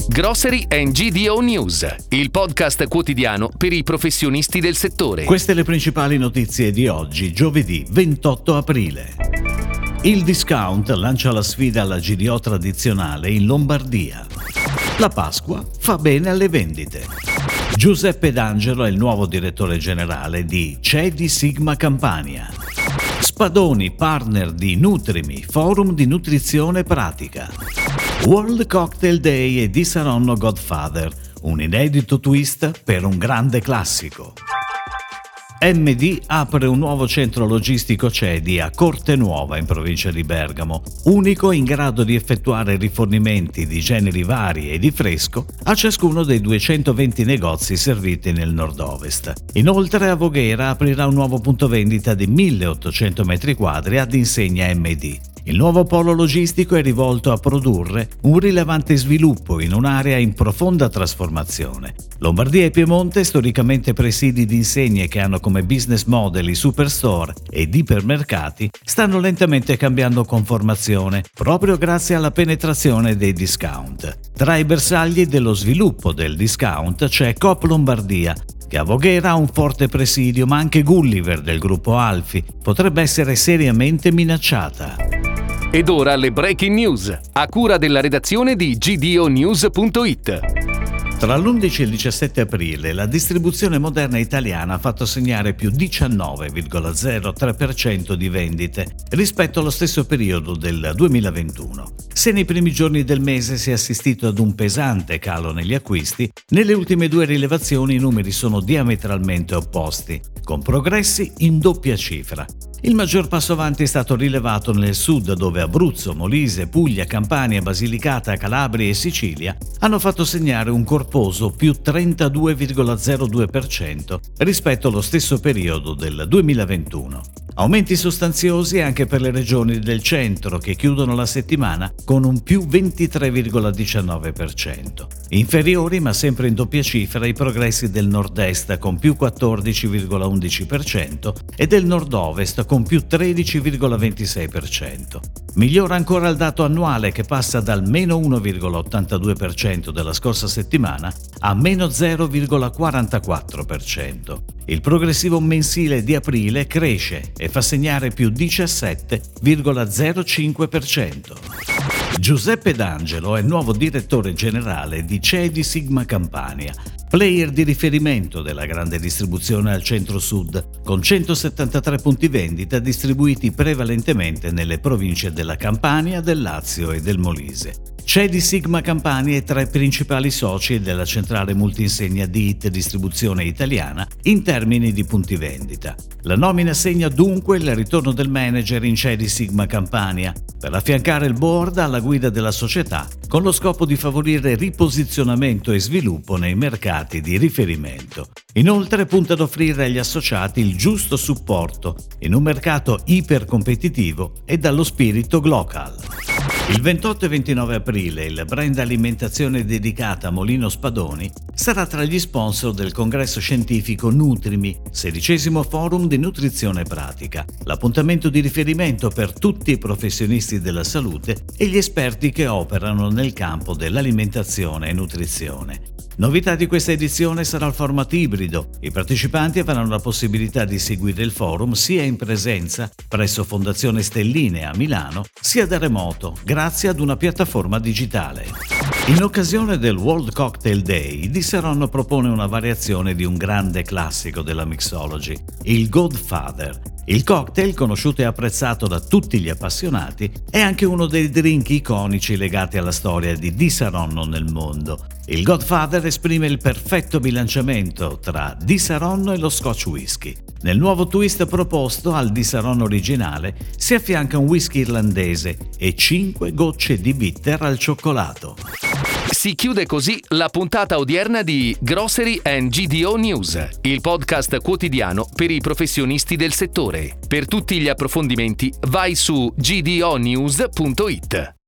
Grocery and GDO News, il podcast quotidiano per i professionisti del settore. Queste le principali notizie di oggi, giovedì 28 aprile. Il discount lancia la sfida alla GDO tradizionale in Lombardia. La Pasqua fa bene alle vendite. Giuseppe D'Angelo è il nuovo direttore generale di CEDI Sigma Campania. Spadoni, partner di Nutrimi, forum di nutrizione pratica. World Cocktail Day e Di Saronno Godfather, un inedito twist per un grande classico. MD apre un nuovo centro logistico CEDI a Cortenuova in provincia di Bergamo, unico in grado di effettuare rifornimenti di generi vari e di fresco a ciascuno dei 220 negozi serviti nel nord-ovest. Inoltre a Voghera aprirà un nuovo punto vendita di 1800 metri quadri ad insegna MD. Il nuovo polo logistico è rivolto a produrre un rilevante sviluppo in un'area in profonda trasformazione. Lombardia e Piemonte, storicamente presidi di insegne che hanno come business model i superstore ed ipermercati, stanno lentamente cambiando conformazione proprio grazie alla penetrazione dei discount. Tra i bersagli dello sviluppo del discount c'è Coop Lombardia, che a Voghera ha un forte presidio, ma anche Gulliver del gruppo Alfi potrebbe essere seriamente minacciata. Ed ora le breaking news, a cura della redazione di gdonews.it. Tra l'11 e il 17 aprile la distribuzione moderna italiana ha fatto segnare più 19,03% di vendite rispetto allo stesso periodo del 2021. Se nei primi giorni del mese si è assistito ad un pesante calo negli acquisti, nelle ultime due rilevazioni i numeri sono diametralmente opposti, con progressi in doppia cifra. Il maggior passo avanti è stato rilevato nel sud, dove Abruzzo, Molise, Puglia, Campania, Basilicata, Calabria e Sicilia hanno fatto segnare un corposo più 32,02% rispetto allo stesso periodo del 2021. Aumenti sostanziosi anche per le regioni del centro, che chiudono la settimana con un più 23,19%. Inferiori, ma sempre in doppia cifra, i progressi del nord-est con più 14,11% e del nord-ovest con più 13,26%. Migliora ancora il dato annuale, che passa dal meno 1,82% della scorsa settimana a meno 0,44%. Il progressivo mensile di aprile cresce e fa segnare più 17,05%. Giuseppe D'Angelo è il nuovo direttore generale di CEDI Sigma Campania, player di riferimento della grande distribuzione al centro-sud, con 173 punti vendita distribuiti prevalentemente nelle province della Campania, del Lazio e del Molise. CEDI Sigma Campania è tra i principali soci della centrale multinsegna di IT Distribuzione Italiana in termini di punti vendita. La nomina segna dunque il ritorno del manager in CEDI Sigma Campania per affiancare il board alla guida della società, con lo scopo di favorire riposizionamento e sviluppo nei mercati di riferimento. Inoltre punta ad offrire agli associati il giusto supporto in un mercato ipercompetitivo e dallo spirito glocal. Il 28 e 29 aprile il brand alimentazione dedicata Molino Spadoni sarà tra gli sponsor del congresso scientifico Nutrimi, 16° forum di nutrizione pratica, l'appuntamento di riferimento per tutti i professionisti della salute e gli esperti che operano nel campo dell'alimentazione e nutrizione. Novità di questa edizione sarà il format ibrido. I partecipanti avranno la possibilità di seguire il forum sia in presenza presso Fondazione Stelline a Milano, sia da remoto grazie ad una piattaforma digitale. In occasione del World Cocktail Day, Di Saronno propone una variazione di un grande classico della mixology, il Godfather. Il cocktail, conosciuto e apprezzato da tutti gli appassionati, è anche uno dei drink iconici legati alla storia di Di Saronno nel mondo. Il Godfather esprime il perfetto bilanciamento tra Di Saronno e lo Scotch whisky. Nel nuovo twist proposto al Di Saronno originale si affianca un whisky irlandese e 5 gocce di bitter al cioccolato. Si chiude così la puntata odierna di Grocery and GDO News, il podcast quotidiano per i professionisti del settore. Per tutti gli approfondimenti vai su gdonews.it.